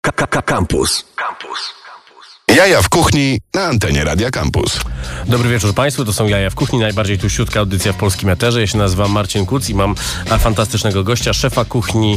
Campus. Jaja w kuchni na antenie Radia Campus. Dobry wieczór Państwu, to są Jaja w kuchni, najbardziej tuściutka audycja w polskim eterze. Ja się nazywam Marcin Kuc i mam fantastycznego gościa, szefa kuchni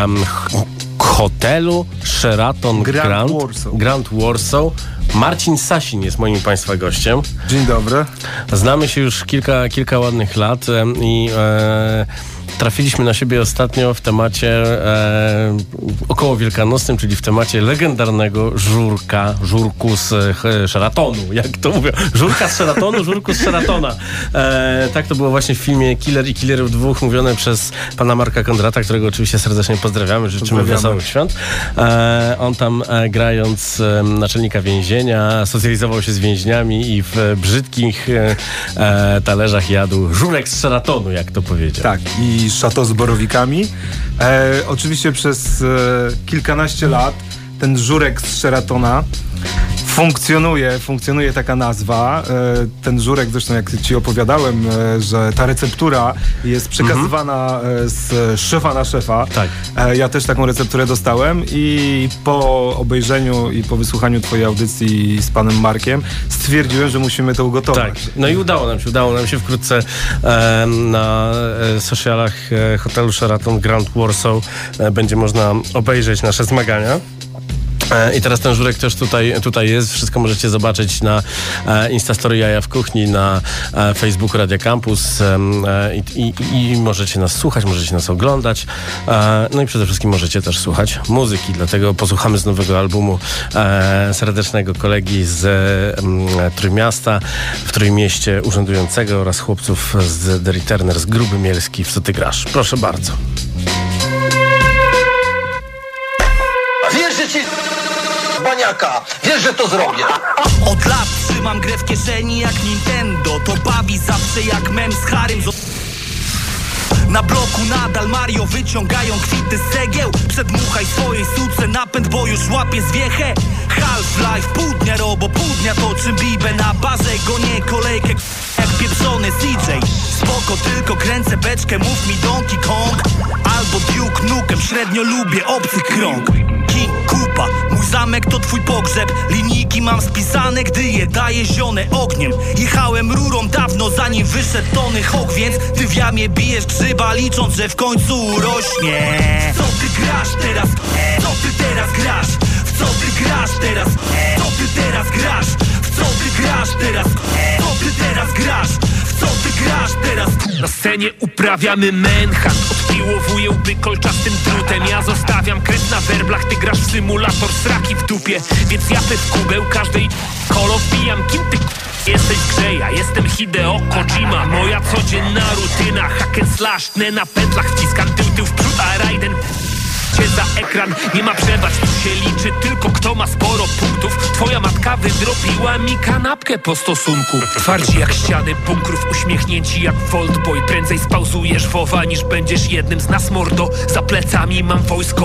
hotelu Sheraton Grand Warsaw. Marcin Sasin jest moim Państwa gościem. Dzień dobry. Znamy się już kilka ładnych lat i trafiliśmy na siebie ostatnio w temacie około wielkanocnym, czyli w temacie legendarnego żurku z Sheratonu, jak to mówią. Żurka z Sheratonu, żurku z Sheratona. Tak to było właśnie w filmie Killer i Killerów 2 mówione przez pana Marka Kondrata, którego oczywiście serdecznie pozdrawiamy, życzymy wesołych świąt. On tam grając naczelnika więzienia, socjalizował się z więźniami i w brzydkich talerzach jadł żurek z Sheratonu, jak to powiedział. Tak, i szato z borowikami. Oczywiście przez kilkanaście lat ten żurek z Sheratona funkcjonuje taka nazwa. Ten żurek, zresztą jak ci opowiadałem, że ta receptura jest przekazywana z szefa na szefa. Tak. Ja też taką recepturę dostałem i po obejrzeniu i po wysłuchaniu twojej audycji z panem Markiem stwierdziłem, że musimy to ugotować. Tak. No i udało nam się wkrótce na socialach hotelu Sheraton Grand Warsaw będzie można obejrzeć nasze zmagania. I teraz ten żurek też tutaj jest. Wszystko możecie zobaczyć na Instastory Jaja w kuchni, na Facebooku Radia Campus i możecie nas słuchać, możecie nas oglądać. No i przede wszystkim możecie też słuchać muzyki, dlatego posłuchamy z nowego albumu serdecznego kolegi z Trójmiasta, w Trójmieście urzędującego oraz chłopców z The Returners, Gruby Mielski, w Co ty grasz. Proszę bardzo. Wiesz, że ci baniaka, wiesz, że to zrobię. Od lat trzymam grę w kieszeni jak Nintendo. To bawi zawsze jak mem z Harrym. Na bloku nadal Mario wyciągają kwity z cegieł. Przedmuchaj swojej suce napęd, bo już łapie zwiechę. Half-Life, pół dnia robo, pół dnia to czym bibę. Na barze gonię kolejkę jak pieprzony CJ. Spoko, tylko kręcę beczkę, mów mi Donkey Kong albo Duke Nukem, średnio lubię obcy krąg. King Kupa, mój zamek to twój pogrzeb. Linijki mam spisane, gdy je daję zionę ogniem. Jechałem rurą dawno zanim wyszedł Tony Hawk, więc ty w jamie bijesz grzyba, licząc, że w końcu urośnie. Co ty grasz teraz? Co ty teraz grasz? W co ty grasz teraz? Co ty teraz grasz? W co ty grasz teraz? Co ty teraz grasz? W co ty grasz teraz? Na scenie uprawiamy manhunt. Odpiłowuję łby kolczastym drutem. Ja zostawiam krew na werblach. Ty grasz w symulator sraki w dupie. Więc ja te w kubeł każdej kolo wbijam. Kim ty jesteś w grze? Ja jestem Hideo Kojima. Moja codzienna rutyna. Hack and slash, tnę na pętlach. Wciskam tył w przód, a Raiden cię za ekran. Nie ma przebacz, tu się liczy tylko kto ma sporo punktów. Twoja matka wydropiła mi kanapkę po stosunku. Twardzi jak ściany bunkrów, uśmiechnięci jak Voltboy. Prędzej spauzujesz WoWa niż będziesz jednym z nas, mordo. Za plecami mam wojsko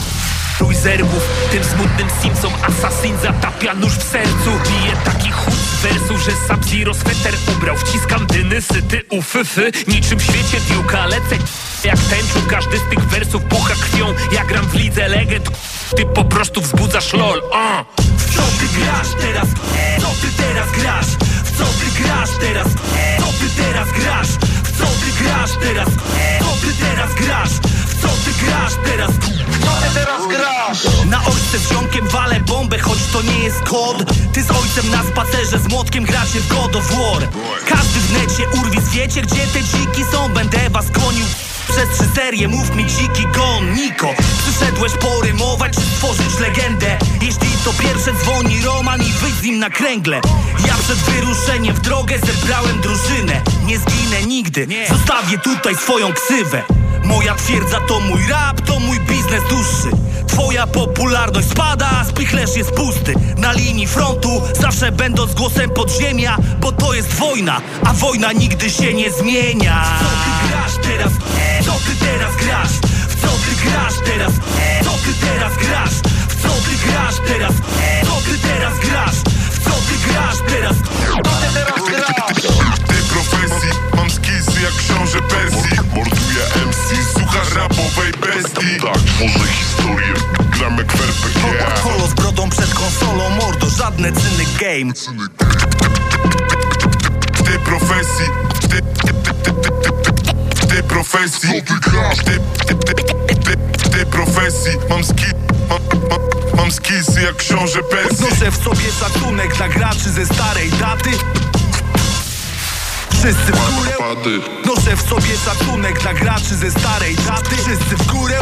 zerbów, tym smutnym Simsom Assassin zatapia nóż w sercu. Bije taki chód z wersów, że Sub-Zero sweter ubrał. Wciskam dyny, syty, ufy, niczym w świecie Duke'a. Lecę jak tęczu, każdy z tych wersów pucha krwią. Ja gram w lidze legend, ty po prostu wzbudzasz lol. W co ty grasz teraz? Co ty teraz grasz? W co ty grasz teraz? Co ty teraz grasz? W co ty grasz teraz? Co ty teraz grasz? W co ty grasz teraz? Co ty teraz grasz? Na ojce z ziomkiem walę bombę, choć to nie jest kod. Ty z ojcem na spacerze, z młotkiem gracie w God of War. Każdy w necie urwi zwiecie, gdzie te dziki są. Będę was gonił przez 3 serie, mów mi dziki gon, Niko. Przyszedłeś porymować czy stworzyć legendę? Jeśli to pierwsze dzwoni Roman i wyjdź z nim na kręgle. Ja przed wyruszeniem w drogę zebrałem drużynę. Nie zginę nigdy, zostawię tutaj swoją ksywę. Moja twierdza to mój rap, to mój biznes dłuższy. Twoja popularność spada, a spichlerz jest pusty. Na linii frontu, zawsze będąc głosem podziemia. Bo to jest wojna, a wojna nigdy się nie zmienia. W co ty grasz teraz? Co ty teraz grasz? W co ty grasz teraz? Co ty teraz grasz? W co ty grasz teraz? Co ty teraz grasz? W co ty grasz teraz? Co ty teraz grasz? Ty profesji, mam skillsy jak książę Persji. Morduję MC, słucha rapowej bestii. Tak, tworzę historię, gram jak w RPG. Cynny game. W tej profesji, w tej profesji, w tej profesji mam skisy jak książę Persji. Noszę w sobie szacunek dla graczy ze starej daty. Wszyscy w górę. Noszę w sobie szacunek dla graczy ze starej daty. Wszyscy w górę.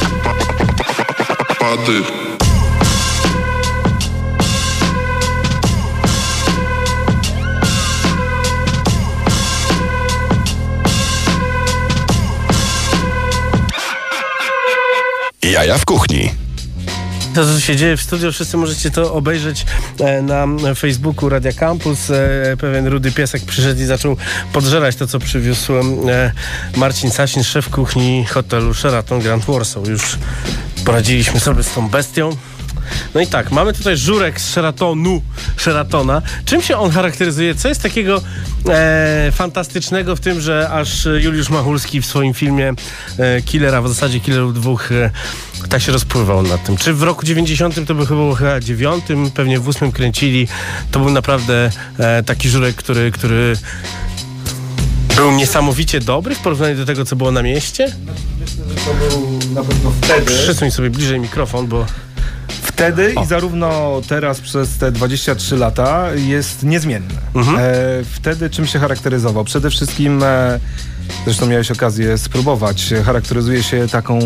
Jaja w kuchni. To, co się dzieje w studiu, wszyscy możecie to obejrzeć na Facebooku Radia Campus. Pewien rudy piesek przyszedł i zaczął podżerać to, co przywiózł Marcin Sasin, szef kuchni hotelu Sheraton Grand Warsaw. Już poradziliśmy sobie z tą bestią. No i tak, mamy tutaj żurek z Sheratona. Czym się on charakteryzuje? Co jest takiego fantastycznego w tym, że aż Juliusz Machulski w swoim filmie Killer, a w zasadzie Killerów 2 tak się rozpływał nad tym. Czy w roku 90 to był chyba 9, pewnie w 8 kręcili. To był naprawdę taki żurek, który był niesamowicie dobry w porównaniu do tego, co było na mieście. Myślę, że to był na pewno wtedy. Przysuń sobie bliżej mikrofon, bo... Wtedy i zarówno teraz przez te 23 lata jest niezmienny. Wtedy czym się charakteryzował? Przede wszystkim, zresztą miałeś okazję spróbować, charakteryzuje się taką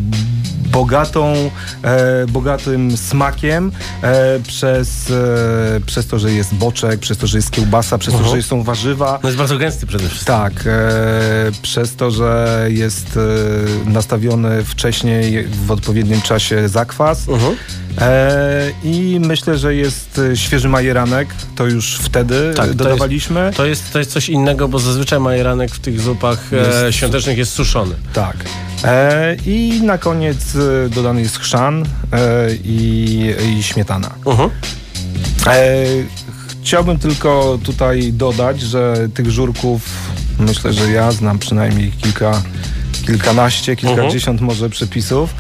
bogatym smakiem przez to, że jest boczek, przez to, że jest kiełbasa, przez to, że są warzywa. No jest bardzo gęsty przede wszystkim. Tak, przez to, że jest nastawiony wcześniej w odpowiednim czasie zakwas. I myślę, że jest świeży majeranek, to już wtedy dodawaliśmy. To jest coś innego, bo zazwyczaj majeranek w tych zupach świątecznych jest suszony. Tak. I na koniec dodany jest chrzan i śmietana. Chciałbym tylko tutaj dodać, że tych żurków myślę, że ja znam przynajmniej kilkadziesiąt może przepisów.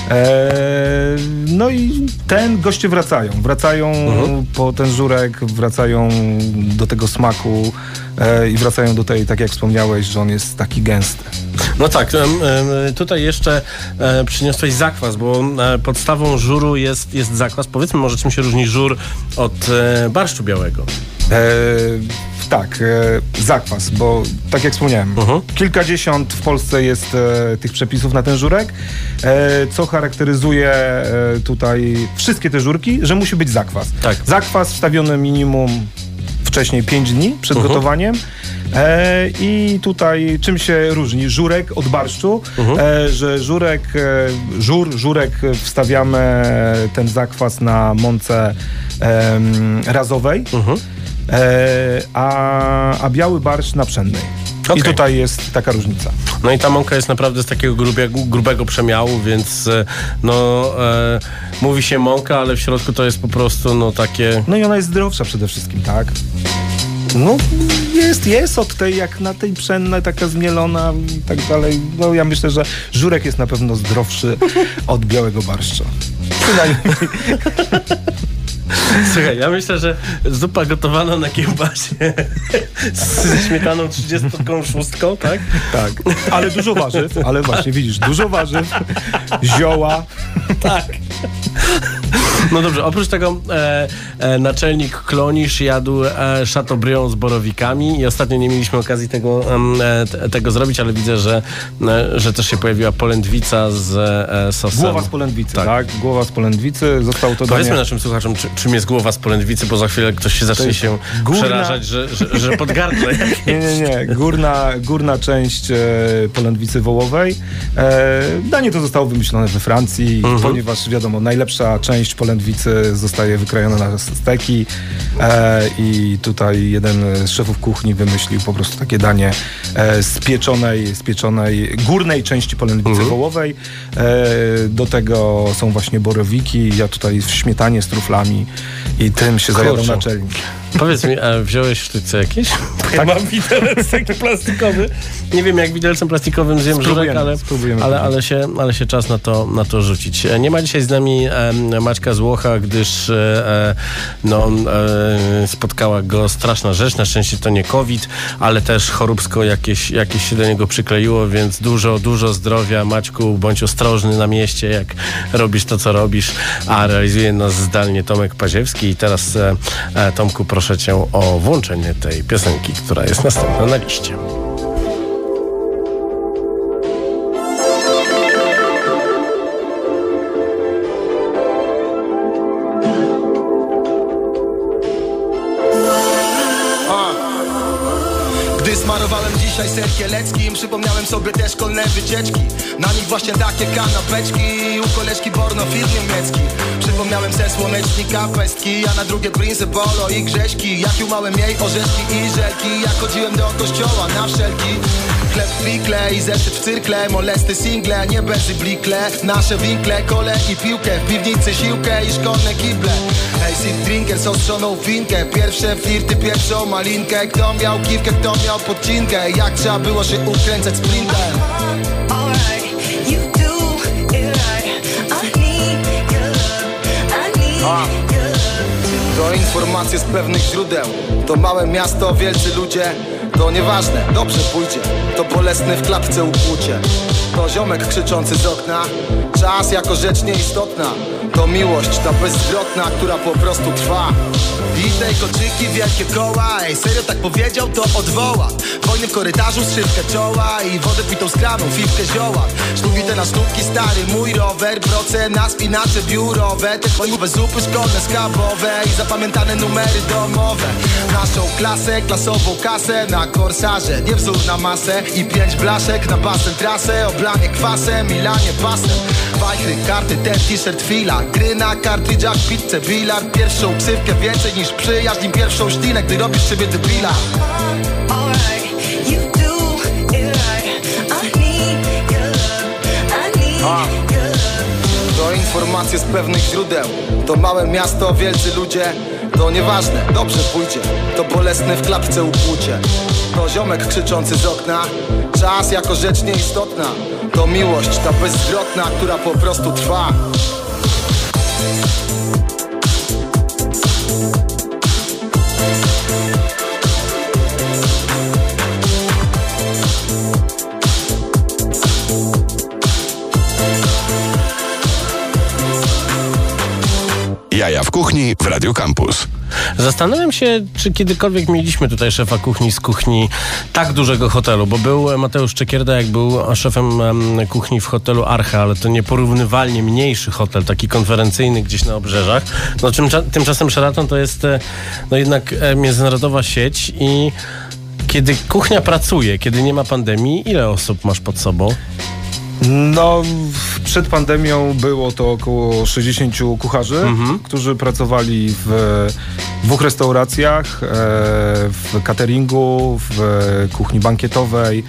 No i goście wracają po ten żurek, wracają do tego smaku i wracają do tej, tak jak wspomniałeś, że on jest taki gęsty. No tak, tutaj jeszcze przyniosłeś zakwas, bo podstawą żuru jest zakwas. Powiedzmy może, czym się różni żur od barszczu białego. Tak, zakwas, bo tak jak wspomniałem, kilkadziesiąt w Polsce jest tych przepisów na ten żurek, co charakteryzuje tutaj wszystkie te żurki, że musi być zakwas. Tak. Zakwas wstawiony minimum wcześniej 5 dni przed gotowaniem. I tutaj czym się różni żurek od barszczu, że żurek wstawiamy ten zakwas na mące razowej, a biały barszcz na pszennej. Okay. I tutaj jest taka różnica. No i ta mąka jest naprawdę z takiego grubego przemiału, więc mówi się mąka, ale w środku to jest po prostu takie... No i ona jest zdrowsza przede wszystkim, tak? No jest od tej, jak na tej pszenne, taka zmielona i tak dalej. No ja myślę, że żurek jest na pewno zdrowszy od białego barszcza. Przynajmniej. Słuchaj, ja myślę, że zupa gotowana na kiełbasie ze śmietaną 36, tak? Tak, ale dużo warzyw, ale właśnie widzisz, dużo warzyw, zioła. Tak. No dobrze, oprócz tego naczelnik Klonisz jadł Chateaubriand z borowikami i ostatnio nie mieliśmy okazji tego zrobić, ale widzę, że też się pojawiła polędwica z sosem. Głowa z polędwicy, tak? Głowa z polędwicy, zostało to Powiedzmy naszym słuchaczom, czym jest głowa z polędwicy, bo za chwilę ktoś się zacznie się przerażać, że podgardle jakieś. Nie. Górna część polędwicy wołowej. Danie to zostało wymyślone we Francji, ponieważ wiadomo, najlepsza część polędwicy zostaje wykrojona na steki i tutaj jeden z szefów kuchni wymyślił po prostu takie danie z pieczonej górnej części polędwicy wołowej. Do tego są właśnie borowiki, ja tutaj w śmietanie z truflami i tym się zajadał naczelnik. Powiedz mi, a wziąłeś sztućce jakieś? Ja mam widelec taki plastikowy. Nie wiem, jak widelcem plastikowym zjem żurek, ale się czas na to rzucić. Nie ma dzisiaj z nami Maćka Złocha, gdyż spotkała go straszna rzecz. Na szczęście to nie COVID, ale też choróbsko jakieś się do niego przykleiło, więc dużo zdrowia. Maćku, bądź ostrożny na mieście, jak robisz to, co robisz, a realizuje nas zdalnie Tomek Paziewski. I teraz, Tomku, proszę cię o włączenie tej piosenki, która jest następna na liście. Gdy smarowałem dzisiaj ser kieleckim, przypomniałem sobie te szkolne wycieczki. Na nich właśnie takie kanapeczki, u koleżki Borno film niemiecki. Przypomniałem se słonecznika, pestki, a na drugie Prince Polo i Grześki. Jak jumałem jej orzeszki i żelki, jak chodziłem do kościoła na wszelki. Chleb w pikle i zeszyt w cyrkle, molesty single, nie benzy blikle. Nasze winkle, kole i piłkę, w piwnicy siłkę i szkolne kible. Hej, sit drinker z ostrzoną winkę, pierwsze flirty, pierwszą malinkę. Kto miał kiwkę, kto miał podcinkę, jak trzeba było się ukręcać sprintem. To informacje z pewnych źródeł. To małe miasto, wielcy ludzie. To nieważne, dobrze pójdzie. To bolesny w klatce ukłucie. To ziomek krzyczący z okna. Czas jako rzecz nieistotna. To miłość, ta bezzwrotna, która po prostu trwa. I tej koczyki, wielkie koła. Ej, serio tak powiedział, to odwoła. Wojny w korytarzu, strzywkę czoła. I wodę pitą z kranu, fifkę zioła. Sztuki te na sztuki, stary mój rower. Proce na spinacze biurowe. Te twoje zupy szkolne, schabowe. I zapamiętane numery domowe. Naszą klasę, klasową kasę na korsarze, nie wzór na masę. I 5 blaszek na basen, trasę. Oblanie kwasem, milanie pasem. Wajchry, karty, ten t-shirt, fila. Gry na kartridżach, pizzę, bilar. Pierwszą ksywkę więcej niż przyjaźń. Im pierwszą ślinę, gdy robisz siebie debila. To informacje z pewnych źródeł. To małe miasto, wielcy ludzie. To nieważne, dobrze pójdzie. To bolesny w klatce ukłucie. To ziomek krzyczący z okna. Czas jako rzecz nieistotna. To miłość, ta bezzwrotna, która po prostu trwa. Jaja w kuchni w Radio Campus. Zastanawiam się, czy kiedykolwiek mieliśmy tutaj szefa kuchni z kuchni tak dużego hotelu, bo był Mateusz Czekierda, jak był szefem kuchni w hotelu Archa, ale to nieporównywalnie mniejszy hotel, taki konferencyjny gdzieś na obrzeżach. No, tymczasem Sheraton to jest jednak międzynarodowa sieć i kiedy kuchnia pracuje, kiedy nie ma pandemii, ile osób masz pod sobą? No, przed pandemią było to około 60 kucharzy, którzy pracowali w 2 restauracjach, w cateringu, w kuchni bankietowej,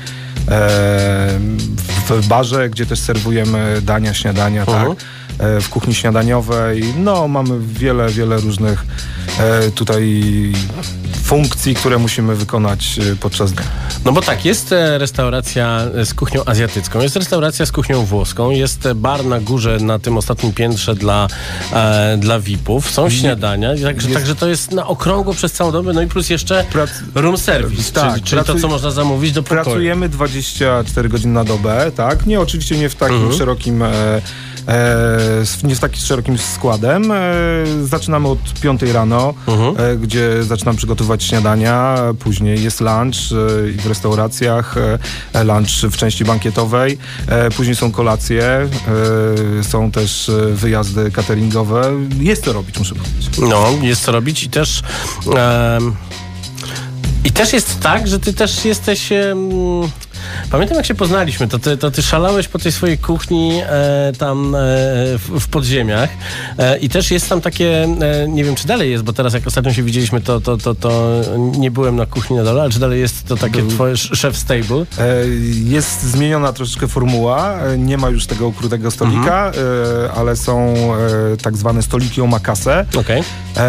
w barze, gdzie też serwujemy dania, śniadania, tak? W kuchni śniadaniowej. No, mamy wiele różnych tutaj funkcji, które musimy wykonać podczas dnia. No bo tak, jest restauracja z kuchnią azjatycką, jest restauracja z kuchnią włoską, jest bar na górze na tym ostatnim piętrze dla VIP-ów, są śniadania, także to jest na okrągło przez całą dobę, no i plus jeszcze room service, czyli to, co można zamówić do pokoju. Pracujemy 24 godziny na dobę, tak? Nie, oczywiście nie w takim szerokim nie z takim szerokim składem. Zaczynamy od 5 rano, gdzie zaczynam przygotowywać śniadania, później jest lunch w restauracjach, lunch w części bankietowej, później są kolacje, są też wyjazdy cateringowe. Jest to robić, muszę powiedzieć. No, jest to robić i też jest tak, że ty też jesteś Pamiętam, jak się poznaliśmy, to ty szalałeś po tej swojej kuchni tam w podziemiach i też jest tam takie, nie wiem, czy dalej jest, bo teraz jak ostatnio się widzieliśmy, to nie byłem na kuchni na dole, ale czy dalej jest to takie twoje chef stable? Jest zmieniona troszeczkę formuła, nie ma już tego ukrutego stolika, ale są tak zwane stoliki omakase. Okay.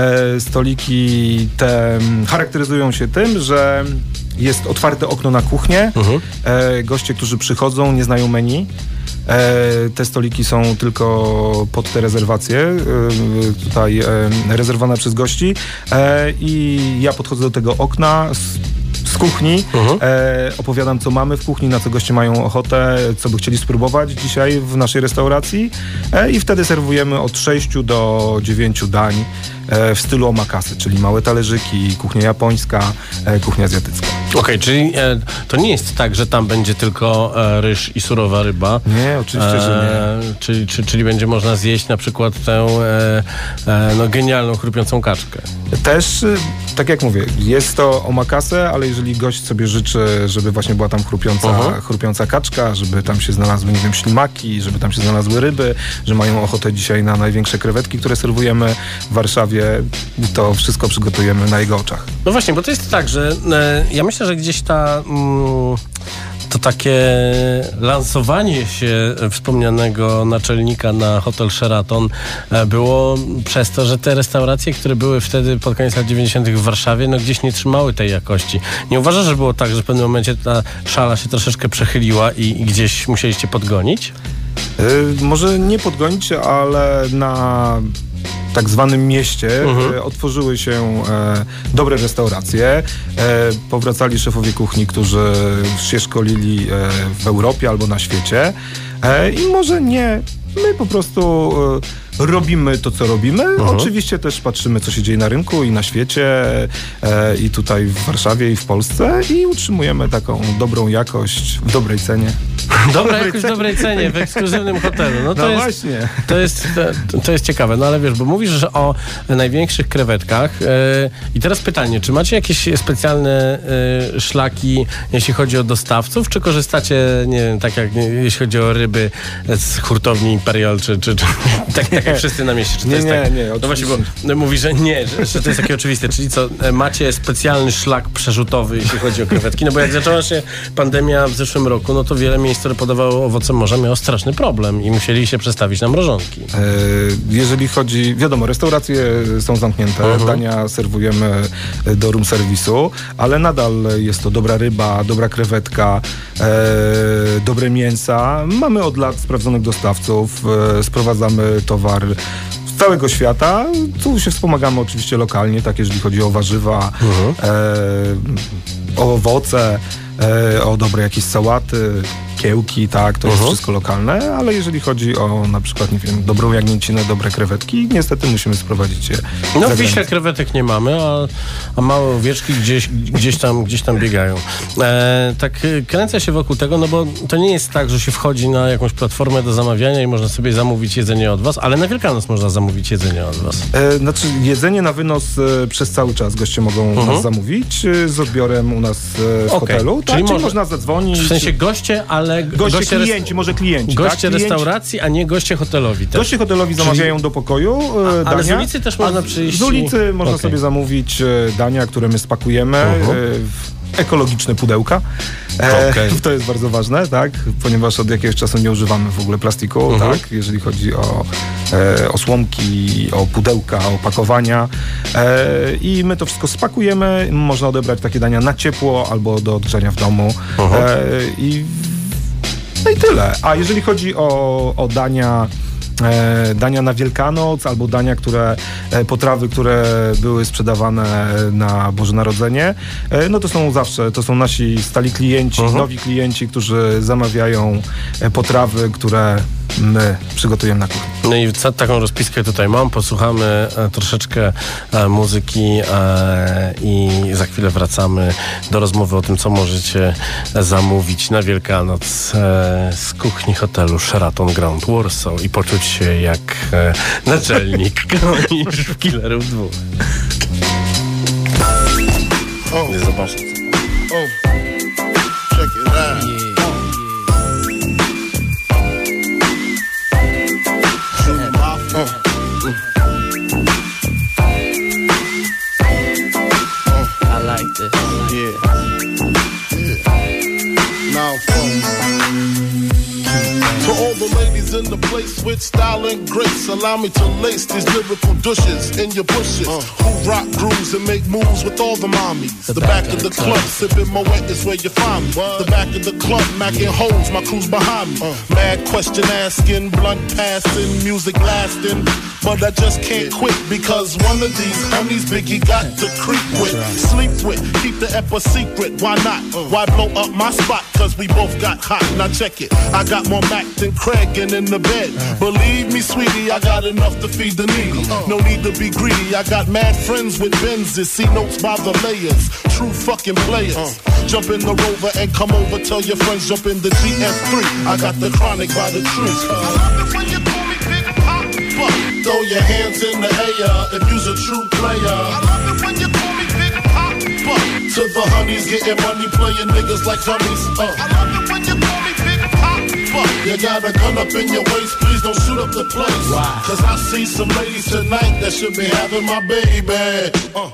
Stoliki te charakteryzują się tym, że jest otwarte okno na kuchnię. Goście, którzy przychodzą, nie znają menu. Te stoliki są tylko pod te rezerwacje, tutaj rezerwowane przez gości. I ja podchodzę do tego okna z kuchni, opowiadam, co mamy w kuchni, na co goście mają ochotę, co by chcieli spróbować dzisiaj w naszej restauracji i wtedy serwujemy od 6 do 9 dań w stylu omakase, czyli małe talerzyki, kuchnia japońska, kuchnia azjatycka. Okej, czyli to nie jest tak, że tam będzie tylko ryż i surowa ryba. Nie, oczywiście, że nie. Czyli będzie można zjeść na przykład tę genialną, chrupiącą kaczkę. Też, tak jak mówię, jest to omakase, ale jeżeli gość sobie życzy, żeby właśnie była tam chrupiąca kaczka, żeby tam się znalazły, nie wiem, ślimaki, żeby tam się znalazły ryby, że mają ochotę dzisiaj na największe krewetki, które serwujemy w Warszawie, to wszystko przygotujemy na jego oczach. No właśnie, bo to jest tak, że ja myślę, że gdzieś to takie lansowanie się wspomnianego naczelnika na hotel Sheraton było przez to, że te restauracje, które były wtedy pod koniec lat 90. w Warszawie, no gdzieś nie trzymały tej jakości. Nie uważasz, że było tak, że w pewnym momencie ta szala się troszeczkę przechyliła i gdzieś musieliście podgonić? Może nie podgonić, ale na tak zwanym mieście otworzyły się dobre restauracje. Powracali szefowie kuchni, którzy się szkolili w Europie albo na świecie. I może nie, my po prostu robimy to, co robimy. Oczywiście też patrzymy, co się dzieje na rynku i na świecie, i tutaj w Warszawie, i w Polsce, i utrzymujemy taką dobrą jakość w dobrej cenie. Dobra jakość w dobrej cenie, w ekskluzywnym hotelu. No to jest, właśnie. To jest ciekawe. No ale wiesz, bo mówisz, że o największych krewetkach i teraz pytanie, czy macie jakieś specjalne szlaki, jeśli chodzi o dostawców, czy korzystacie, nie wiem, tak jak jeśli chodzi o ryby z hurtowni Imperial, czy tak jak wszyscy na mieście? Czy to jest tak? Nie, no właśnie, bo mówi, że nie, że to jest takie oczywiste. Czyli co, macie specjalny szlak przerzutowy, jeśli chodzi o krewetki? No bo jak zaczęła się pandemia w zeszłym roku, no to wiele miejsc, które podawało owoce morza, miało straszny problem i musieli się przestawić na mrożonki. Jeżeli chodzi, wiadomo, restauracje są zamknięte, dania serwujemy do room serwisu, ale nadal jest to dobra ryba, dobra krewetka, dobre mięsa. Mamy od lat sprawdzonych dostawców, sprowadzamy towar z całego świata. Tu się wspomagamy oczywiście lokalnie, tak jeżeli chodzi o warzywa, o owoce, o dobre jakieś sałaty, kiełki, tak, to jest wszystko lokalne, ale jeżeli chodzi o na przykład, nie wiem, dobrą jagnięcinę, dobre krewetki, niestety musimy sprowadzić je. No w Wiśle krewetek nie mamy, a małe owieczki gdzieś tam biegają. Tak kręcę się wokół tego, no bo to nie jest tak, że się wchodzi na jakąś platformę do zamawiania i można sobie zamówić jedzenie od was, ale na Wielkanoc można zamówić jedzenie od was. Znaczy jedzenie na wynos przez cały czas goście mogą nas zamówić z odbiorem u nas w hotelu. Tak, czyli można zadzwonić. W sensie goście, ale klienci. Goście tak? restauracji, a nie goście hotelowi. Też. Goście hotelowi zamawiają do pokoju dania. Ale z ulicy też można przyjść. Z ulicy można sobie zamówić dania, które my spakujemy w ekologiczne pudełka. To jest bardzo ważne, tak? Ponieważ od jakiegoś czasu nie używamy w ogóle plastiku, tak? Jeżeli chodzi o słomki, o pudełka, o opakowania. I my to wszystko spakujemy. Można odebrać takie dania na ciepło albo do odgrzania w domu. No i tyle. A jeżeli chodzi o dania na Wielkanoc albo dania, potrawy, które były sprzedawane na Boże Narodzenie, no to są nasi stali klienci, nowi klienci, którzy zamawiają potrawy, które my przygotujemy na kuchni. No i taką rozpiskę tutaj mam. Posłuchamy troszeczkę muzyki i za chwilę wracamy do rozmowy o tym, co możecie zamówić na Wielkanoc z kuchni hotelu Sheraton Grand Warsaw i poczuć się jak naczelnik niż w Killerów 2. Zobaczcie. Check it out. Yeah. place with style and grace. Allow me to lace these lyrical douches in your bushes. Who rock grooves and make moves with all the mommies. The back of the club, sipping Moet is where you find me. The back of the club, macking holes, my crew's behind me. Mad question asking, blunt passing, music lasting. But I just can't quit because one of these homies Biggie got to creep with, sleep with, keep the ep a secret. Why not? Why blow up my spot? Cause we both got hot. Now check it. I got more Mac than Craig and in the bed. Believe me, sweetie, I got enough to feed the needy. No need to be greedy. I got mad friends with Benzes. See notes by the layers. True fucking players. Jump in the Rover and come over. Tell your friends jump in the GS3. I got the chronic by the tree. I love it when you call me Big Papa. Throw your hands in the air if you's a true player. I love it when you call me Big Papa. To the honeys getting money, playing niggas like dummies. I love it when you call me Big Papa. You got a gun up in your waist, please don't shoot up the place. Cause I see some ladies tonight that should be having my baby.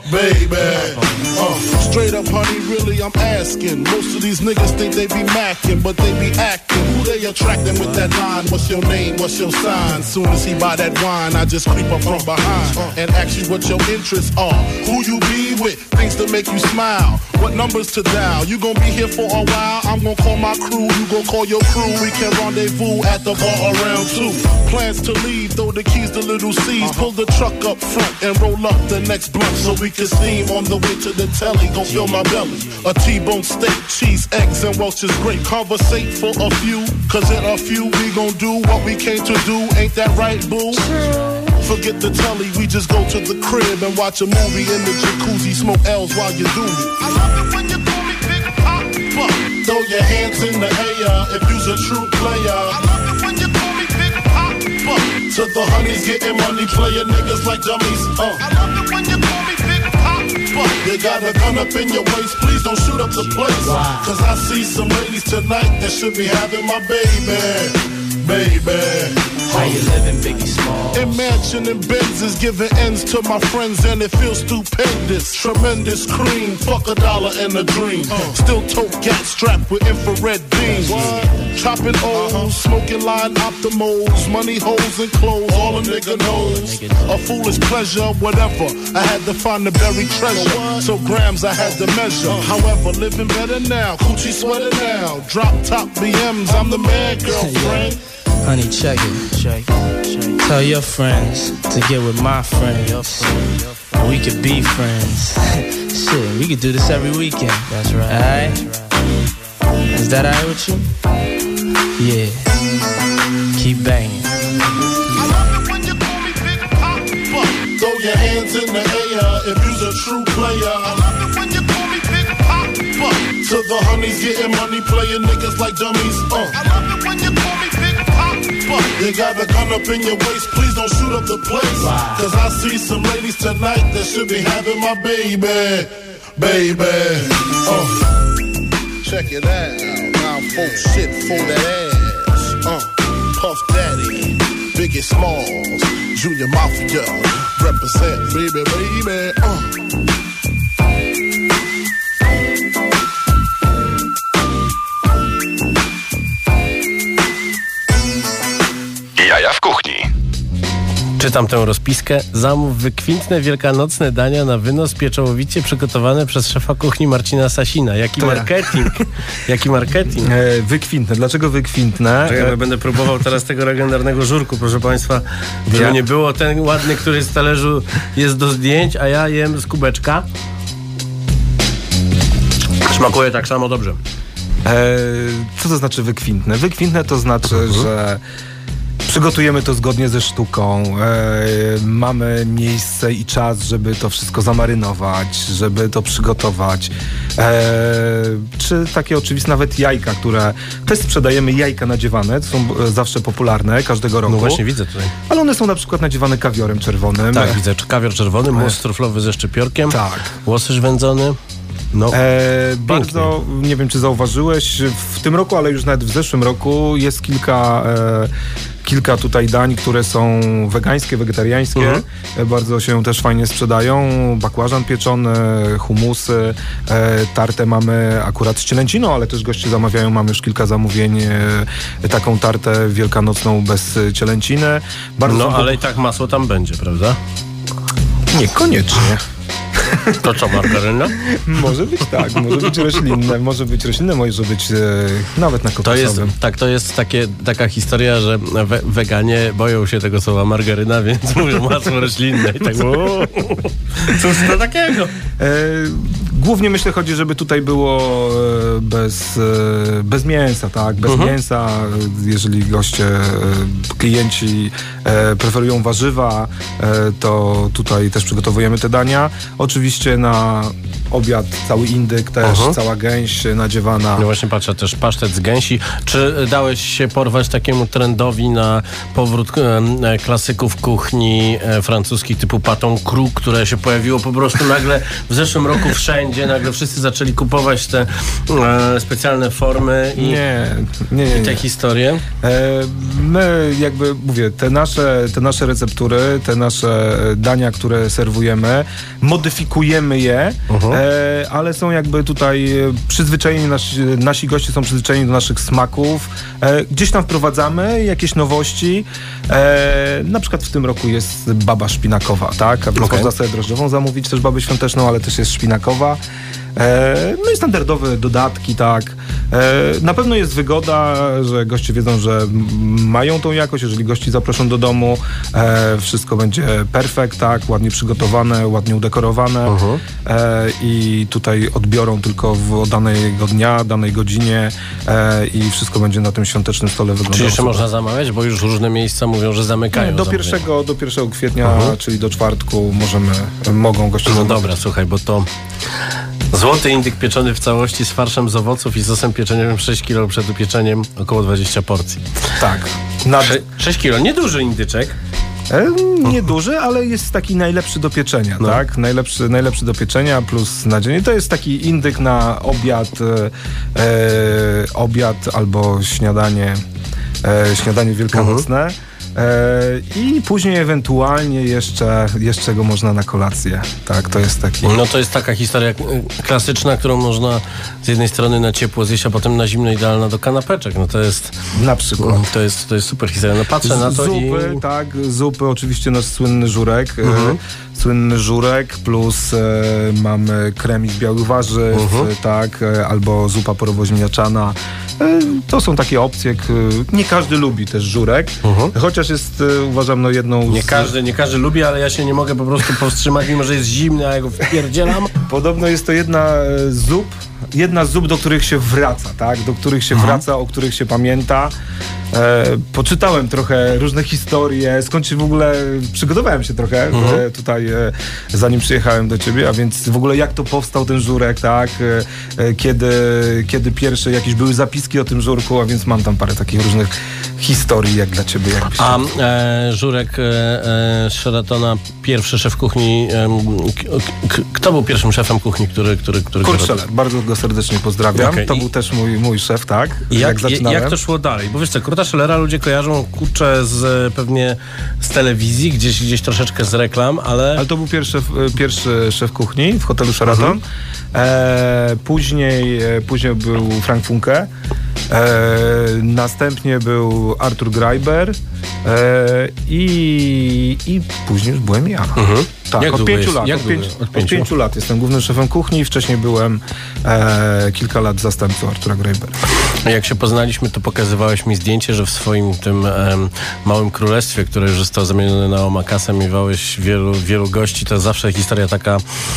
Straight up, honey, really, I'm asking. Most of these niggas think they be macking, but they be acting. Who they attracting with that line? What's your name? What's your sign? Soon as he buy that wine, I just creep up from behind and ask you what your interests are. Who you be with? Things to make you smile. What numbers to dial? You gon' be here for a while. I'm gon' call my crew. You gon' call your crew. We can rendezvous at the bar around 2. Plans to leave, throw the keys to little C's. Pull the truck up front and roll up the next blunt so we can steam on the way to the telly. Gon' fill my belly. A T-bone steak, cheese, eggs, and Welch's grape. Conversate for a few, cause in a few we gon' do what we came to do. Ain't that right, boo? Forget the telly, we just go to the crib and watch a movie in the jacuzzi. Smoke L's while you do me. I love it when you call me Big Papa. Throw your hands in the air if you's a true player. I love it when you call me Big Papa. To the honeys getting money, playing niggas like dummies. I love it when you call me Big Papa. You got a gun up in your waist, please don't shoot up the place. Cause I see some ladies tonight that should be having my baby. How you living, Biggie Smalls? Imagine Benzes giving ends to my friends and it feels stupendous. Tremendous cream, fuck $1 and a dream. Still tote gat strapped with infrared beams. Chopping O's, smoking line optimals, money holes and clothes, all a nigga knows. A foolish pleasure, whatever. I had to find the buried treasure, so grams I had to measure. However, living better now, coochie sweater now. Drop top BMs, I'm the man, girlfriend. Honey, check it. Tell your friends to get with my friends. And we could be friends. Shit, we could do this every weekend. That's right. Alright? Is that alright with you? Yeah. Keep banging. I love it when you call me Big Papa. Throw your hands in the air if you's a true player. I love it when you call me Big Papa. To the honeys getting money, playing niggas like dummies. I love it when you call me Big Papa. You got a gun up in your waist, please don't shoot up the place. Cause I see some ladies tonight that should be having my baby. Check it out. Now folks shit for that ass. Puff Daddy, Biggie Smalls, Junior Mafia, represent baby. Jaja w kuchni. Czytam tę rozpiskę. Zamów wykwintne wielkanocne dania na wynos pieczołowicie przygotowane przez szefa kuchni Marcina Sasina. Jaki marketing? Jaki marketing? Wykwintne. Dlaczego wykwintne? Ja będę próbował teraz tego legendarnego żurku, proszę państwa. Żeby nie było, ten ładny, który z talerzu jest do zdjęć, a ja jem z kubeczka. Smakuje tak samo dobrze. Co to znaczy wykwintne? Wykwintne to znaczy, że przygotujemy to zgodnie ze sztuką, mamy miejsce i czas, żeby to wszystko zamarynować, żeby to przygotować. Czy takie oczywiste nawet jajka, które też sprzedajemy, jajka nadziewane, to są zawsze popularne każdego roku. No właśnie widzę tutaj. Ale one są na przykład nadziewane kawiorem czerwonym. Tak, widzę, kawior czerwony, mus truflowy ze szczypiorkiem, tak. Łosoś wędzony. No, bardzo, nie kilka tutaj dań, które są wegańskie, wegetariańskie. Bardzo się też fajnie sprzedają. Bakłażan pieczony, humusy. Tartę mamy akurat z cielęciną, ale też goście zamawiają. Mamy już kilka zamówień. Taką tartę wielkanocną bez cielęciny. Bardzo ale i tak masło tam będzie, prawda? Niekoniecznie. To co, margaryna? Może być tak, może być roślinne, może być nawet na kokosowym. To jest taka historia, że weganie boją się tego słowa margaryna, więc mówią masło roślinne i tak cóż to takiego? Głównie myślę chodzi, żeby tutaj było bez mięsa, tak? Bez mięsa, jeżeli klienci preferują warzywa, to tutaj też przygotowujemy te dania. Oczywiście na obiad cały indyk też, cała gęś nadziewana. No właśnie patrzę, też pasztet z gęsi. Czy dałeś się porwać takiemu trendowi na powrót klasyków kuchni francuskiej typu pâton cru, które się pojawiło po prostu nagle w zeszłym roku wszędzie, nagle wszyscy zaczęli kupować te specjalne formy i te historie? My jakby, mówię, te nasze receptury, te nasze dania, które serwujemy, modyfikujemy je, ale są jakby tutaj przyzwyczajeni, nasi goście są przyzwyczajeni do naszych smaków. Gdzieś tam wprowadzamy jakieś nowości. Na przykład w tym roku jest baba szpinakowa, tak? A więc można sobie drożdżową zamówić, też babę świąteczną, ale też jest szpinakowa. No i standardowe dodatki, tak. Na pewno jest wygoda, że goście wiedzą, że mają tą jakość. Jeżeli gości zaproszą do domu, wszystko będzie perfekt, tak, ładnie przygotowane, ładnie udekorowane i tutaj odbiorą tylko danego dnia, danej godzinie i wszystko będzie na tym świątecznym stole wyglądało. Czy jeszcze można zamawiać? Bo już różne miejsca mówią, że zamykają. Do 1 kwietnia, czyli do czwartku mogą goście zamówić. No dobra, słuchaj, bo to złoty indyk pieczony w całości z farszem z owoców i sosem pieczeniowym 6 kg przed upieczeniem, około 20 porcji. Tak. 6 kg, nieduży indyczek. Nieduży, ale jest taki najlepszy do pieczenia, tak? Najlepszy do pieczenia plus na dzień. To jest taki indyk na obiad albo śniadanie wielkanocne. I później ewentualnie jeszcze go można na kolację. Tak, to jest taki... No to jest taka historia klasyczna, którą można z jednej strony na ciepło zjeść, a potem na zimno idealna do kanapeczek. No to jest... Na przykład. To jest super historia. No patrzę na to zupy, oczywiście nasz słynny żurek. Słynny żurek plus mamy krem z białych warzyw, tak, albo zupa porowo-ziemniaczana. To są takie opcje, nie każdy lubi też żurek, chociaż jest, uważam, jedną Nie każdy lubi, ale ja się nie mogę po prostu powstrzymać, mimo że jest zimny, a ja go wpierdzielam. Podobno jest to jedna z zup, do których się wraca, tak? Do których się wraca, o których się pamięta. Poczytałem trochę różne historie, skąd się w ogóle przygotowałem się trochę tutaj, zanim przyjechałem do ciebie, a więc w ogóle jak to powstał ten żurek, tak? Kiedy pierwsze jakieś były zapiski o tym żurku, a więc mam tam parę takich różnych historii, jak dla ciebie. Żurek Sheratona, pierwszy szef kuchni, kto był pierwszym szefem kuchni, który Kurt Scheller, bardzo go serdecznie pozdrawiam. To był też mój szef, tak? Jak zaczynałem. Jak to szło dalej? Bo wiesz co, Kurta Schellera ludzie kojarzą pewnie z telewizji, gdzieś troszeczkę z reklam, ale to był pierwszy szef kuchni w hotelu Sheraton. Później był Frank Funke. Następnie był Artur Greiber i później już byłem ja. Tak, od 5 lat. Od 5 lat jestem głównym szefem kuchni. Wcześniej byłem kilka lat zastępcą Artura Greibera. Jak się poznaliśmy, to pokazywałeś mi zdjęcie, że w swoim tym małym królestwie, które już zostało zamienione na omakasę, miewałeś wielu gości. To jest zawsze historia taka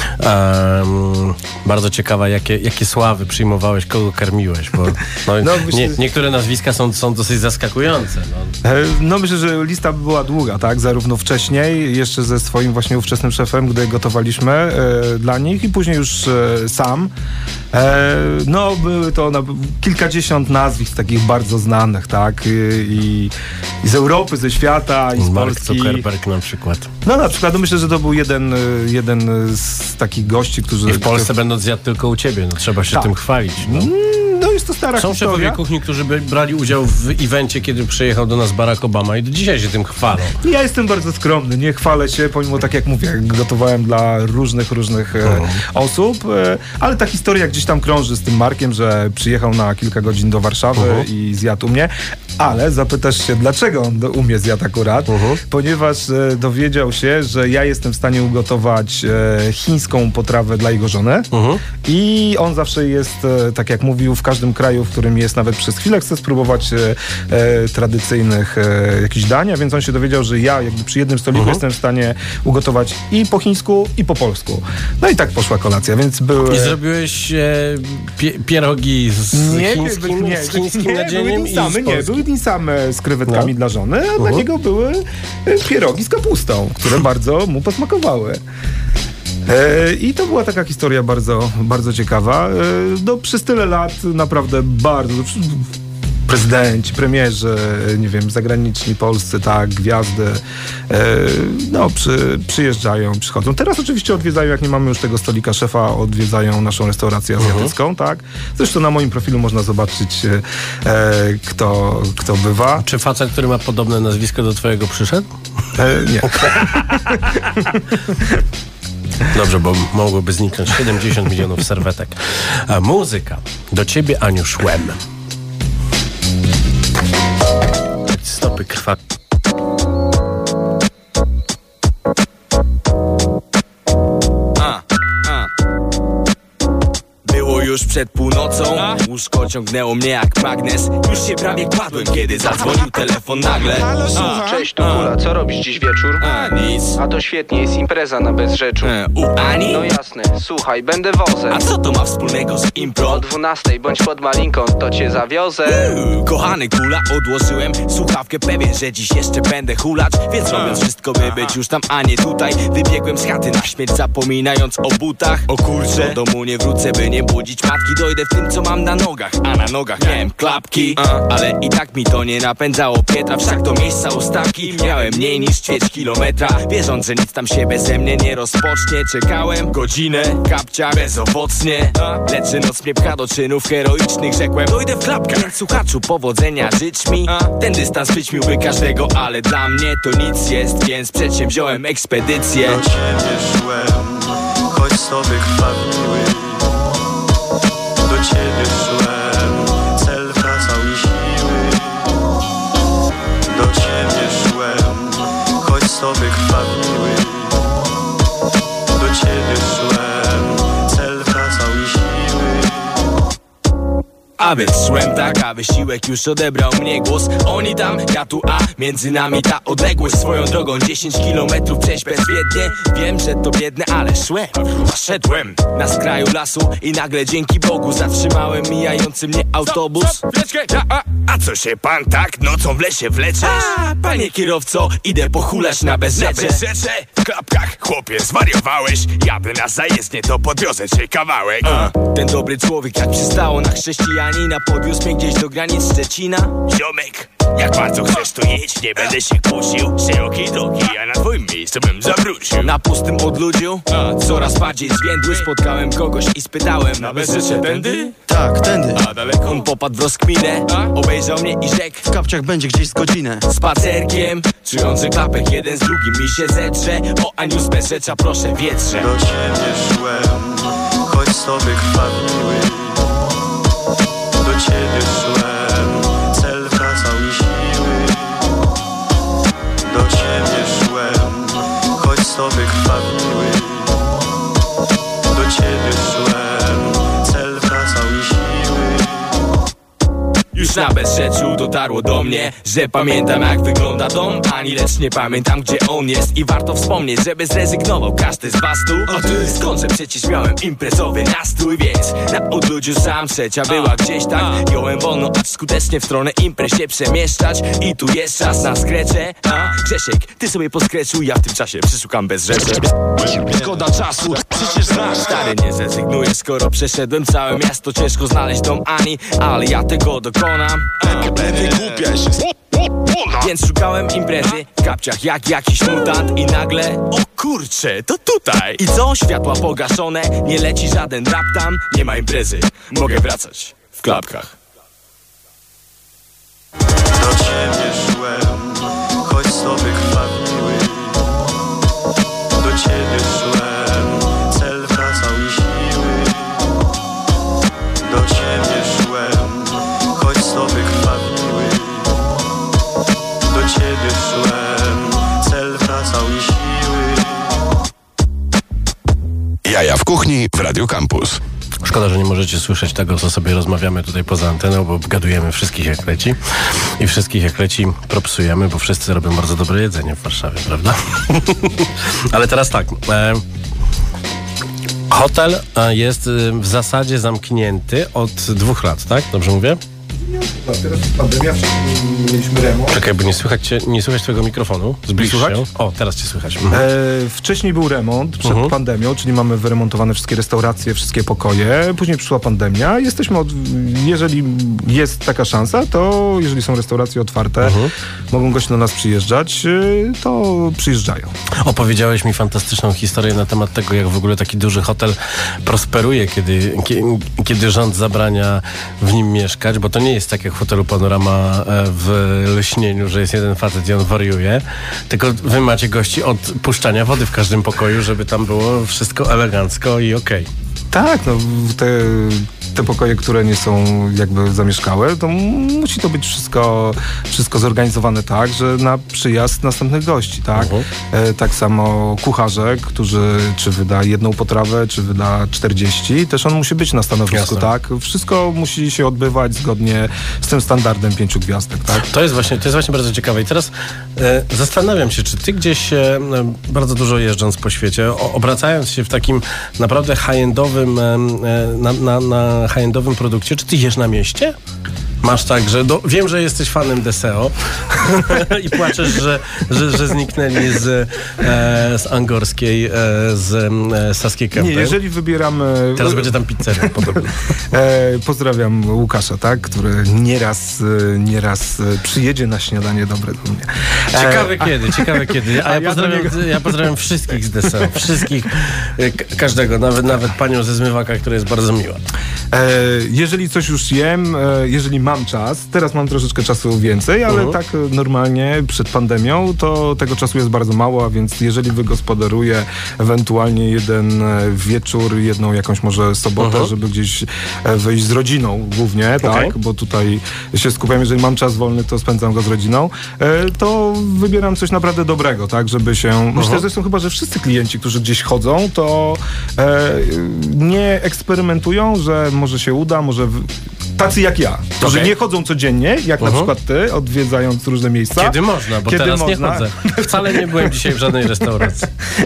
bardzo ciekawa, jakie sławy przyjmowałeś, kogo karmiłeś, bo niektóre nazwiska są dosyć zaskakujące. No myślę, że lista była długa, tak? Zarówno wcześniej, jeszcze ze swoim właśnie ówczesnym szefem, gdy gotowaliśmy dla nich i później już sam. Były to kilkadziesiąt nazwisk takich bardzo znanych, tak? I z Europy, ze świata, i z Mark Polski. Zuckerberg na przykład. Na przykład, myślę, że to był jeden z takich gości, którzy... I w Polsce będąc zjadł tylko u ciebie, trzeba się tym chwalić. No i jest to stara Są historia. szefowie kuchni, którzy brali udział w evencie, kiedy przyjechał do nas Barack Obama i do dzisiaj się tym chwalą. Ja jestem bardzo skromny, nie chwalę się, pomimo tak jak mówię, gotowałem dla różnych osób, ale ta historia gdzieś tam krąży z tym Markiem, że przyjechał na kilka godzin do Warszawy i zjadł u mnie, ale zapytasz się, dlaczego on u mnie zjadł akurat, ponieważ dowiedział się, że ja jestem w stanie ugotować chińską potrawę dla jego żony i on zawsze jest, tak jak mówił, w każdym kraju, w którym jest, nawet przez chwilę chce spróbować tradycyjnych jakichś dań, a więc on się dowiedział, że ja jakby przy jednym stoliku jestem w stanie ugotować i po chińsku, i po polsku. No i tak poszła kolacja, więc były... I zrobiłeś pierogi z chińskim nadzieniem i z polskim. Nie, były dinsamy z krewetkami dla żony, a dla niego były pierogi z kapustą, które bardzo mu posmakowały. I to była taka historia bardzo, bardzo ciekawa. Przez tyle lat naprawdę bardzo... Prezydenci, premierzy, nie wiem, zagraniczni, polscy, tak, gwiazdy, przyjeżdżają, przychodzą. Teraz oczywiście odwiedzają, jak nie mamy już tego stolika szefa, odwiedzają naszą restaurację azjatycką, tak. Zresztą na moim profilu można zobaczyć, kto bywa. Czy facet, który ma podobne nazwisko do twojego, przyszedł? Nie. Dobrze, bo mogłoby zniknąć 70 milionów serwetek. A muzyka. Do ciebie, Aniu, szłem. Stopy krwa. Było już przed północą, łóżko ciągnęło mnie jak magnes. Już się prawie kładłem, kiedy zadzwonił telefon nagle. Cześć, tu Kula, co robisz dziś wieczór? Nic. A to świetnie, jest impreza na Bezrzeczu. U Ani? No jasne, słuchaj, będę wozem. A co to ma wspólnego z impro? O 12 bądź pod Malinką, to cię zawiozę. Kochany Kula, odłożyłem słuchawkę, pewien, że dziś jeszcze będę hulacz. Więc robiąc wszystko, by być już tam, a nie tutaj, wybiegłem z chaty na śmierć, zapominając o butach. O kurczę, do domu nie wrócę, by nie budzić matki. Dojdę w tym, co mam na nogach, a na nogach miałem klapki. Ale i tak mi to nie napędzało Pietra, wszak do miejsca ustawki miałem mniej niż ćwierć kilometra, wierząc, że nic tam się beze mnie nie rozpocznie. Czekałem godzinę, kapcia bezowocnie, lecz noc mnie pcha do czynów heroicznych. Rzekłem, dojdę w klapkę, więc słuchaczu, powodzenia życz mi. Ten dystans przyćmiłby każdego, ale dla mnie to nic jest, więc przedsięwziąłem ekspedycję. Do ciebie szłem, choć sobie krwawiły. Do ciebie szłem, cel wracał mi siły. Do ciebie szłem, choć sobie krwawiły. Do ciebie szłem, cel wracał mi siły. A więc szłem tak, a wysiłek już odebrał mnie głos. Oni tam, ja tu, a między nami ta odległość. Swoją drogą 10 kilometrów przejść bezwiednie. Wiem, że to biedne, ale szłem, szedłem na skraju lasu i nagle dzięki Bogu zatrzymałem mijający mnie autobus. A co się pan tak nocą w lesie wleczesz? Panie kierowco, idę pochulać na Bezrzecze. W klapkach, chłopie, zwariowałeś. Jadę na zajezdnię, to podwiozę cię kawałek. Ten dobry człowiek, jak przystało na chrześcijanina, podwiózł mnie gdzieś do granic Szczecina. Ziomek, jak bardzo chcesz, to jedź, nie będę się kłócił. Szerokiej drogi, a na twoim miejscu bym zawrócił. Na pustym odludziu, coraz bardziej zwiędły, spotkałem kogoś i spytałem, na Bezrzecze tędy? Tak, tędy. A daleko? On popadł w rozkminę, obejrzał mnie i rzekł, w kapciach będzie gdzieś z godzinę. Spacerkiem, czując, że klapek jeden z drugim mi się zedrze. O Aniu z Bezrzecza, proszę wietrze. Do ciebie szłem, choć sobie krwawiły. Do ciebie szłem, cel wracał mi siły. Do ciebie szłem, choć sobie krwawiły. Do ciebie szłem, cel wracał mi siły. Już na Bezrzeczu dotarło do mnie, że pamiętam, jak wygląda dom Ani, lecz nie pamiętam, gdzie on jest. I warto wspomnieć, żeby zrezygnował każdy z was tu. A ty skąd, że przecież miałem imprezowy nastrój. Więc na odludziu sam, trzecia była gdzieś tak. Jąłem wolno, acz skutecznie w stronę imprez się przemieszczać. I tu jest czas na skrecze. Grzesiek, ty sobie poskreczuj, ja w tym czasie przeszukam Bezrzecze. Szkoda czasu, przecież znasz. Stary, nie zrezygnuję, skoro przeszedłem całe miasto. Ciężko znaleźć dom Ani, ale ja tego dokonam. Wygłupiaj się. Więc szukałem imprezy w kapciach jak jakiś mutant. I nagle, o kurcze, to tutaj. I co? Światła pogaszone, nie leci żaden rap tam. Nie ma imprezy, mogę wracać. w klapkach. Do ciebie szłem, choć sobie krwawiły. Do ciebie szłem, cel wracał mi siły. Do ciebie szłem, choć sobie krwawiły. Do ciebie szłem, cel wracał mi siły. Jaja w kuchni w Radio Campus. Szkoda, że nie możecie słyszeć tego, co sobie rozmawiamy tutaj poza anteną, bo gadujemy wszystkich jak leci i wszystkich jak leci propsujemy, bo wszyscy robią bardzo dobre jedzenie w Warszawie, prawda? Ale teraz tak. Hotel jest w zasadzie zamknięty od 2 lat, tak? Dobrze mówię? Teraz pandemia, mieliśmy remont. Czekaj, bo nie słychać twojego mikrofonu. Zbliż się. O, teraz cię słychać. Wcześniej był remont przed pandemią, czyli mamy wyremontowane wszystkie restauracje, wszystkie pokoje. Później przyszła pandemia. Jeżeli jest taka szansa, to jeżeli są restauracje otwarte, mogą goście do nas przyjeżdżać, to przyjeżdżają. Opowiedziałeś mi fantastyczną historię na temat tego, jak w ogóle taki duży hotel prosperuje, kiedy rząd zabrania w nim mieszkać, bo to nie jest tak jak w hotelu Panorama w Leśnieniu, że jest jeden facet i on wariuje, tylko wy macie gości od puszczania wody w każdym pokoju, żeby tam było wszystko elegancko i okej. Tak, no te pokoje, które nie są jakby zamieszkałe, to musi to być wszystko zorganizowane tak, że na przyjazd następnych gości, tak? Tak samo kucharze, którzy czy wyda jedną potrawę, czy wyda 40, też on musi być na stanowisku, jasne, tak? Wszystko musi się odbywać zgodnie z tym standardem 5 gwiazdek, tak? To jest właśnie bardzo ciekawe. I teraz zastanawiam się, czy ty gdzieś bardzo dużo jeżdżąc po świecie, obracając się w takim naprawdę high-endowym na high-endowym produkcie, czy ty jesz na mieście? Masz tak, że wiem, że jesteś fanem Deseo i płaczesz, że zniknęli z Angorskiej, z Saskiej Kępy. Nie, jeżeli wybieramy... Teraz będzie tam pizzeria podobno. Pozdrawiam Łukasza, tak, który nieraz przyjedzie na śniadanie dobre do mnie. Ciekawe kiedy. A ja pozdrawiam wszystkich z Deseo. Wszystkich, każdego, nawet panią ze Zmywaka, która jest bardzo miła. Jeżeli coś już jem, jeżeli mam czas, teraz mam troszeczkę czasu więcej, ale tak normalnie przed pandemią to tego czasu jest bardzo mało, a więc jeżeli wygospodaruję ewentualnie jeden wieczór, jedną jakąś może sobotę, żeby gdzieś wyjść z rodziną głównie, tak, bo tutaj się skupiam, jeżeli mam czas wolny, to spędzam go z rodziną, to wybieram coś naprawdę dobrego, tak, żeby się... Myślę zresztą chyba, że wszyscy klienci, którzy gdzieś chodzą, to nie eksperymentują, że może się uda, może... Tacy jak ja, którzy nie chodzą codziennie, jak na przykład ty, odwiedzając różne miejsca. Kiedy można, bo teraz nie chodzę. Wcale nie byłem dzisiaj w żadnej restauracji.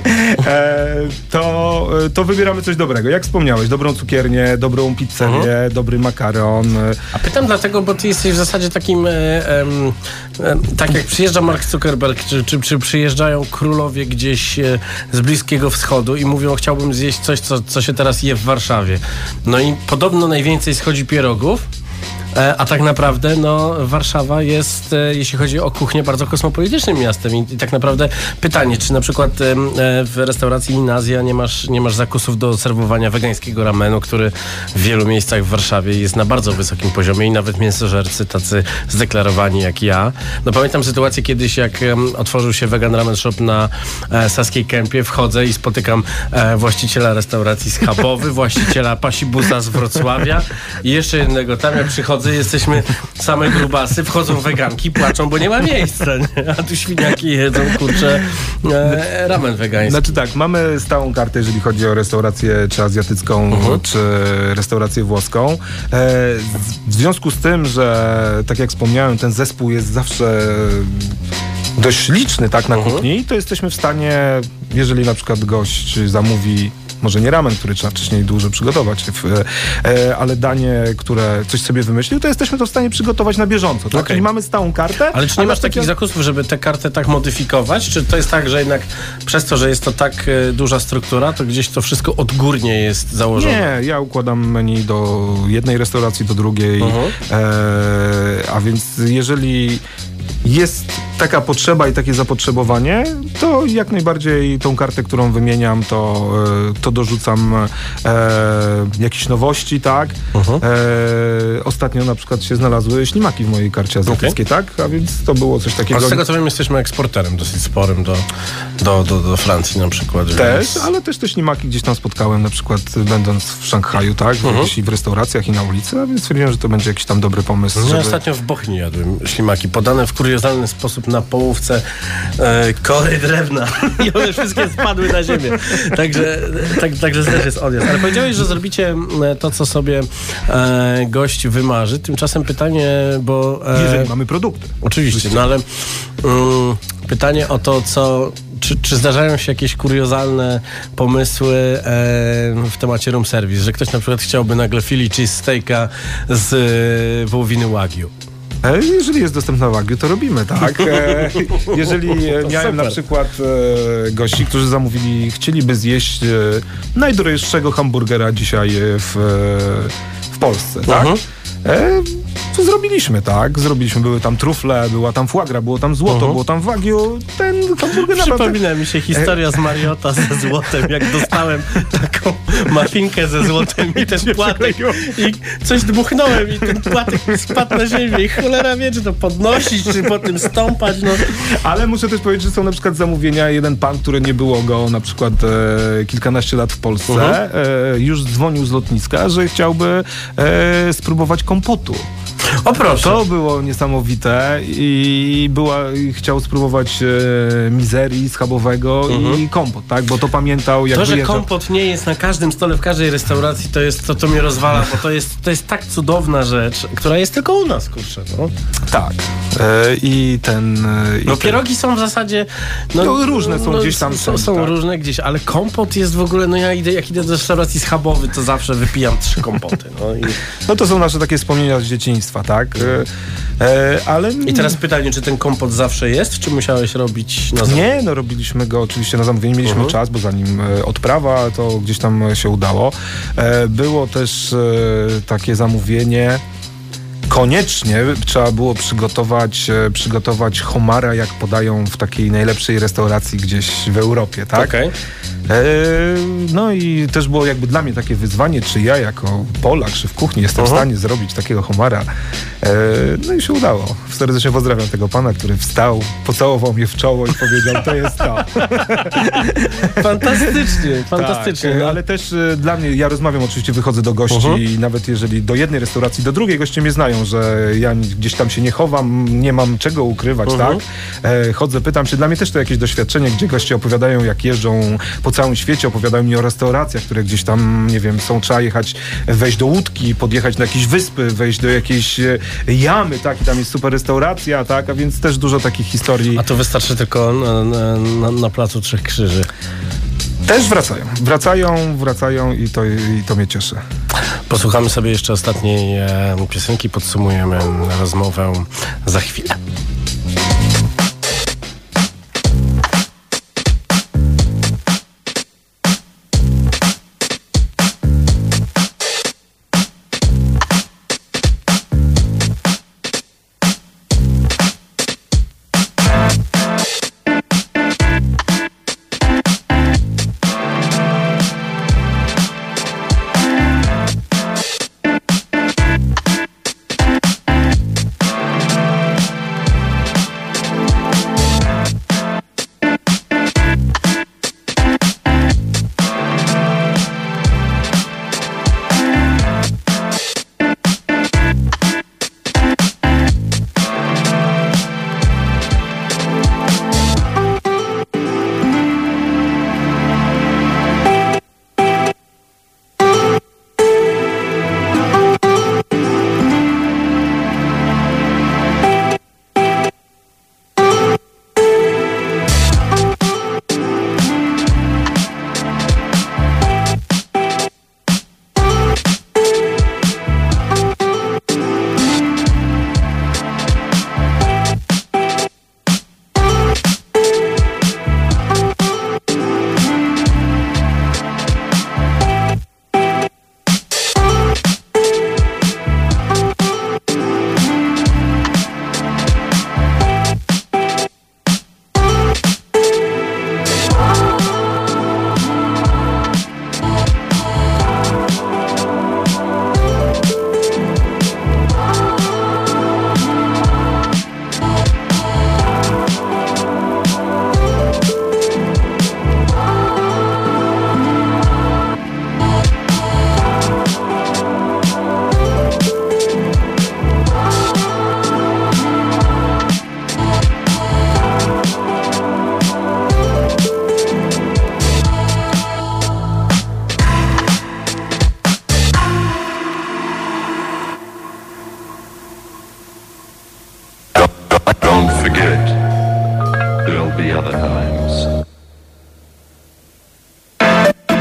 To wybieramy coś dobrego. Jak wspomniałeś, dobrą cukiernię, dobrą pizzerię, dobry makaron. A pytam dlatego, bo ty jesteś w zasadzie takim, tak jak przyjeżdża Mark Zuckerberg, czy przyjeżdżają królowie gdzieś z Bliskiego Wschodu i mówią, chciałbym zjeść coś, co się teraz je w Warszawie. No i podobno najwięcej schodzi pierogów, a tak naprawdę Warszawa jest, jeśli chodzi o kuchnię, bardzo kosmopolitycznym miastem i tak naprawdę pytanie, czy na przykład w restauracji Inazja nie masz zakusów do serwowania wegańskiego ramenu, który w wielu miejscach w Warszawie jest na bardzo wysokim poziomie i nawet mięsożercy tacy zdeklarowani jak ja. Pamiętam sytuację kiedyś, jak otworzył się Vegan Ramen Shop na Saskiej Kępie, wchodzę i spotykam właściciela restauracji z Chabowy, właściciela Pasibusa z Wrocławia i jeszcze jednego tam, jak przychodzę, jesteśmy same grubasy, wchodzą weganki, płaczą, bo nie ma miejsca, nie? A tu świniaki jedzą, kurczę, ramen wegański. Znaczy tak, mamy stałą kartę, jeżeli chodzi o restaurację czy azjatycką, czy restaurację włoską. W związku z tym, że tak jak wspomniałem, ten zespół jest zawsze dość liczny, tak, na kuchni, to jesteśmy w stanie, jeżeli na przykład gość zamówi może nie ramen, który trzeba wcześniej dłużej przygotować, ale danie, które coś sobie wymyślił, to jesteśmy to w stanie przygotować na bieżąco. Tak? Czyli mamy stałą kartę. Ale czy nie masz takich zakusów, żeby tę kartę tak modyfikować? Czy to jest tak, że jednak przez to, że jest to tak duża struktura, to gdzieś to wszystko odgórnie jest założone? Nie, ja układam menu do jednej restauracji, do drugiej. A więc jeżeli jest taka potrzeba i takie zapotrzebowanie, to jak najbardziej tą kartę, którą wymieniam, to dorzucam jakieś nowości, tak? Ostatnio na przykład się znalazły ślimaki w mojej karcie azjatyckiej, tak? A więc to było coś takiego. A z tego co wiem, jesteśmy eksporterem dosyć sporym do Francji na przykład. Też, ale też te ślimaki gdzieś tam spotkałem, na przykład będąc w Szanghaju, tak? I w restauracjach i na ulicy, a więc stwierdziłem, że to będzie jakiś tam dobry pomysł. Ja ostatnio w Bochni jadłem ślimaki, podane w kuriozalny sposób na połówce kory drewna i one wszystkie spadły na ziemię. Także też jest odjazd. Ale powiedziałeś, że zrobicie to, co sobie gość wymarzy. Tymczasem pytanie, bo... Jeżeli mamy produkty. Oczywiście, no ale pytanie o to, co... Czy zdarzają się jakieś kuriozalne pomysły w temacie room service, że ktoś na przykład chciałby nagle Philly cheesesteaka z wołowiny Wagyu? Jeżeli jest dostępna Wagyu, to robimy, tak? Jeżeli miałem na przykład gości, którzy chcieliby zjeść najdroższego hamburgera dzisiaj w Polsce, tak? To zrobiliśmy, tak? Były tam trufle, była tam foie gras, było tam złoto, było tam Wagyu. Ten hamburger Przypomina mi się historia z Mariota ze złotem, jak dostałem taką mafinkę ze złotem i ten płatek i coś dmuchnąłem i ten płatek mi spadł na ziemię i cholera wie, czy to podnosić, czy po tym stąpać, no. Ale muszę też powiedzieć, że są na przykład zamówienia, jeden pan, który nie było go na przykład kilkanaście lat w Polsce, już dzwonił z lotniska, że chciałby spróbować kompotu. O proszę. To było niesamowite i chciał spróbować mizerii schabowego i kompot, tak? Bo to pamiętał, jak że kompot nie jest na każdym stole, w każdej restauracji, to mnie rozwala, bo to jest tak cudowna rzecz, która jest tylko u nas, kurczę. No. Tak. Pierogi są w zasadzie... różne są gdzieś tam. Są różne gdzieś, ale kompot jest w ogóle, jak idę do restauracji schabowy, to zawsze wypijam 3 kompoty. No to są nasze takie wspomnienia z dzieciństwa, tak? Ale... I teraz pytanie, czy ten kompot zawsze jest, czy musiałeś robić na zamówienie? Nie, robiliśmy go oczywiście na zamówienie, mieliśmy czas, bo zanim odprawa, to gdzieś tam się udało. Było też takie zamówienie. Koniecznie trzeba było przygotować homara, jak podają w takiej najlepszej restauracji gdzieś w Europie, tak? Okay. No i też było jakby dla mnie takie wyzwanie, czy ja jako Polak, czy w kuchni jestem w stanie zrobić takiego homara. No i się udało. Serdecznie pozdrawiam tego pana, który wstał, pocałował mnie w czoło i powiedział, to jest to. Fantastycznie. Tak, ale też dla mnie, ja rozmawiam oczywiście, wychodzę do gości i nawet jeżeli do jednej restauracji, do drugiej goście mnie znają, że ja gdzieś tam się nie chowam, nie mam czego ukrywać, tak? Chodzę, pytam się, dla mnie też to jakieś doświadczenie, gdzie goście opowiadają, jak jeżdżą po całym świecie, opowiadają mi o restauracjach, które gdzieś tam, nie wiem, trzeba jechać, wejść do łódki, podjechać na jakieś wyspy, wejść do jakiejś jamy, tak? I tam jest super restauracja, tak? A więc też dużo takich historii. A to wystarczy tylko na Placu Trzech Krzyży. Też wracają i to mnie cieszy. Posłuchamy sobie jeszcze ostatniej piosenki, podsumujemy rozmowę za chwilę.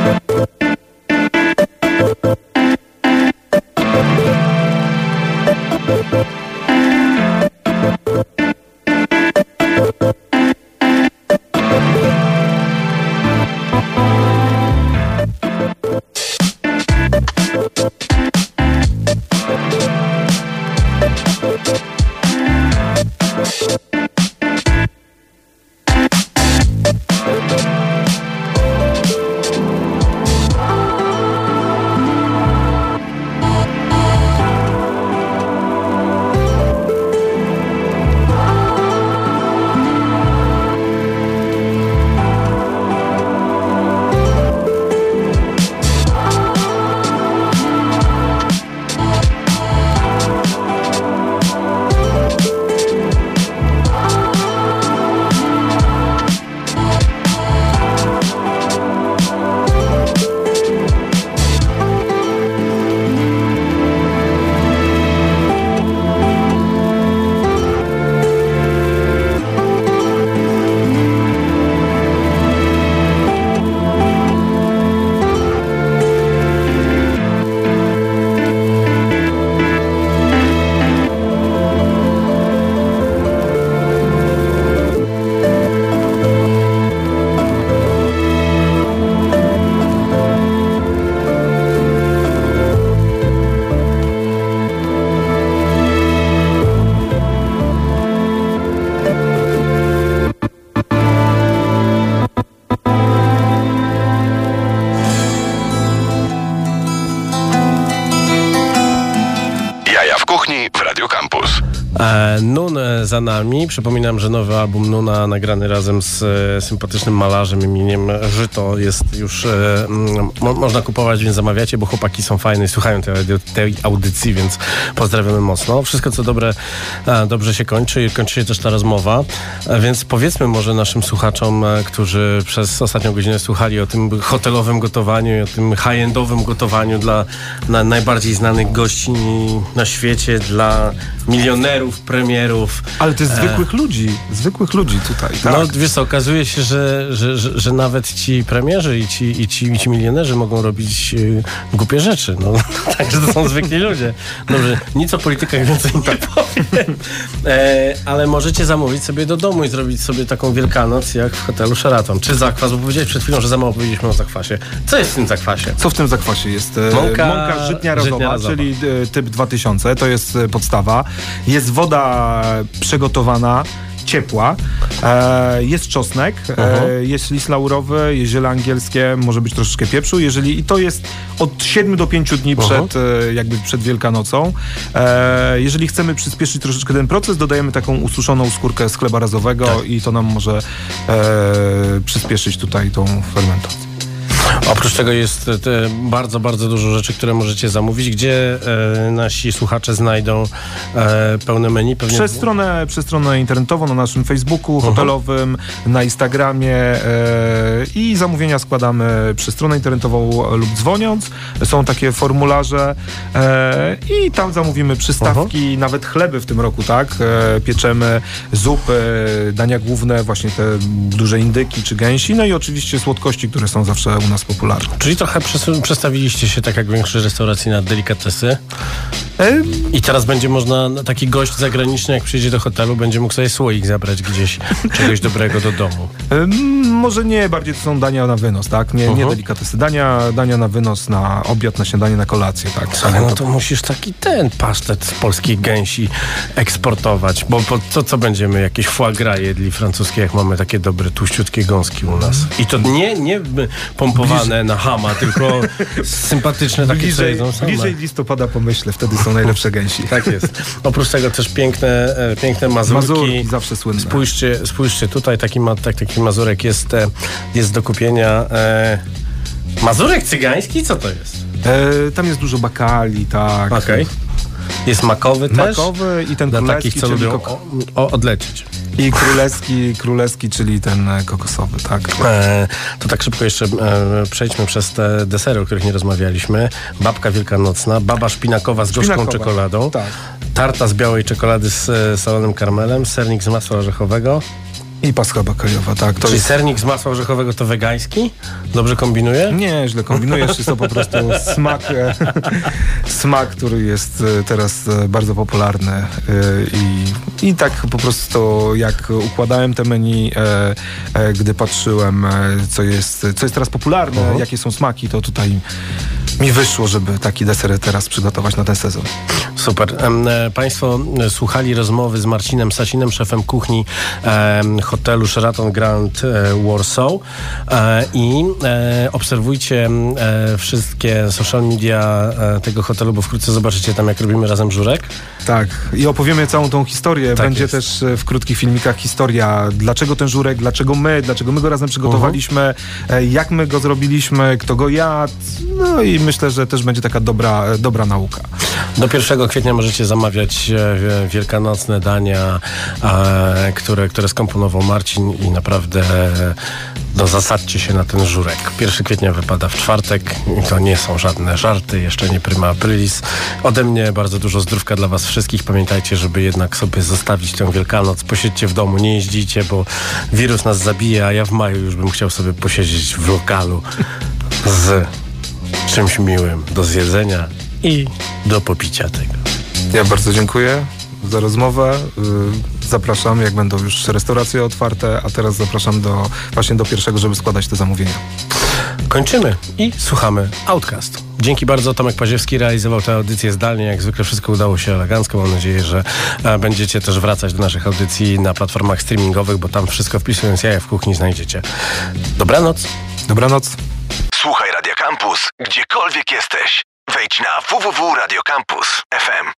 Nun za nami. Przypominam, że nowy album Nuna nagrany razem z sympatycznym malarzem imieniem Żyto jest już można kupować, więc zamawiacie, bo chłopaki są fajne i słuchają tej audycji, więc pozdrawiamy mocno. Wszystko co dobre dobrze się kończy i kończy się też ta rozmowa, więc powiedzmy może naszym słuchaczom, którzy przez ostatnią godzinę słuchali o tym hotelowym gotowaniu i o tym high-endowym gotowaniu dla najbardziej znanych gości na świecie, dla milionerów, premierów. Ale to jest zwykłych ludzi tutaj, tak? No wiesz co, okazuje się, że nawet ci premierzy i ci milionerzy mogą robić głupie rzeczy. No, także to są zwykli ludzie. Dobrze, nic o politykach więcej nie powiem. Ale możecie zamówić sobie do domu i zrobić sobie taką Wielkanoc jak w hotelu Sheraton. Czy zakwas, bo powiedziałeś przed chwilą, że za mało powiedzieliśmy o zakwasie. Co jest w tym zakwasie? Co w tym zakwasie jest? Mąka żytnia razowa, czyli typ 2000, to jest podstawa. Jest woda przygotowana, ciepła, jest czosnek, jest lis laurowy, jest ziele angielskie, może być troszeczkę pieprzu, i to jest od 7 do 5 dni przed Wielkanocą. Jeżeli chcemy przyspieszyć troszeczkę ten proces, dodajemy taką ususzoną skórkę z chleba razowego i to nam może przyspieszyć tutaj tą fermentację. Oprócz tego jest bardzo, bardzo dużo rzeczy, które możecie zamówić. Gdzie nasi słuchacze znajdą pełne menu? Pewnie Przez stronę internetową, na naszym Facebooku hotelowym, na Instagramie i zamówienia składamy przez stronę internetową lub dzwoniąc. Są takie formularze i tam zamówimy przystawki, nawet chleby w tym roku, tak? Pieczemy zupy, dania główne, właśnie te duże indyki czy gęsi, no i oczywiście słodkości, które są zawsze u nas popularne. Czyli trochę przestawiliście się tak jak większość restauracji na delikatesy. I teraz będzie można, taki gość zagraniczny jak przyjdzie do hotelu, będzie mógł sobie słoik zabrać gdzieś czegoś dobrego do domu. Może nie, bardziej to są dania na wynos, tak? Nie delikatesy. Dania na wynos, na obiad, na śniadanie, na kolację, tak? Ale no to musisz taki pasztet z polskiej gęsi eksportować, bo co będziemy, jakieś foie gras jedli francuskie, jak mamy takie dobre, tłuściutkie gąski u nas. I to nie pompowane na hama, tylko sympatyczne takie, co jedzą same. Bliżej listopada pomyślę, wtedy są najlepsze gęsi. Tak jest. Oprócz tego też piękne mazurki. Zawsze słynne. Spójrzcie tutaj, taki mazurek jest do kupienia. Mazurek cygański? Co to jest? Tam jest dużo bakali, tak. Okej. Jest makowy też? Makowy i ten dla królewski, takich, co lubią odlecieć. I królewski, czyli ten kokosowy, tak. To tak szybko jeszcze przejdźmy przez te desery, o których nie rozmawialiśmy. Babka wielkanocna, baba szpinakowa z gorzką czekoladą, tak. Tarta z białej czekolady z salonym karmelem, sernik z masła orzechowego I pascha bakajowa, tak. To Czyli jest... sernik z masła orzechowego to wegański? Dobrze kombinuję? Nie, źle kombinujesz, jest to po prostu smak, który jest teraz bardzo popularny i tak po prostu jak układałem te menu, gdy patrzyłem, co jest teraz popularne, jakie są smaki, to tutaj mi wyszło, żeby taki deser teraz przygotować na ten sezon. Super. Państwo słuchali rozmowy z Marcinem Sasinem, szefem kuchni hotelu Sheraton Grand Warsaw i obserwujcie wszystkie social media tego hotelu, bo wkrótce zobaczycie tam, jak robimy razem żurek. Tak. I opowiemy całą tą historię. Tak Będzie jest. też w krótkich filmikach historia, dlaczego ten żurek, dlaczego my go razem przygotowaliśmy, jak my go zrobiliśmy, kto go jadł. No i myślę, że też będzie taka dobra nauka. Do 1 kwietnia możecie zamawiać wielkanocne dania, które skomponował Marcin i naprawdę zasadźcie się na ten żurek. 1 kwietnia wypada w czwartek i to nie są żadne żarty, jeszcze nie prima aprilis. Ode mnie bardzo dużo zdrówka dla was wszystkich. Pamiętajcie, żeby jednak sobie zostawić tę Wielkanoc. Posiedźcie w domu, nie jeździcie, bo wirus nas zabije, a ja w maju już bym chciał sobie posiedzieć w lokalu z czymś miłym do zjedzenia i do popicia tego. Ja bardzo dziękuję za rozmowę. Zapraszam, jak będą już restauracje otwarte, a teraz zapraszam właśnie do 1, żeby składać te zamówienia. Kończymy i słuchamy Outcast. Dzięki bardzo. Tomek Paziewski realizował tę audycję zdalnie. Jak zwykle wszystko udało się elegancko. Mam nadzieję, że będziecie też wracać do naszych audycji na platformach streamingowych, bo tam wszystko wpisując Jaja w kuchni znajdziecie. Dobranoc. Dobranoc. Słuchaj Radia Campus, gdziekolwiek jesteś. Wejdź na www.radiocampus.fm.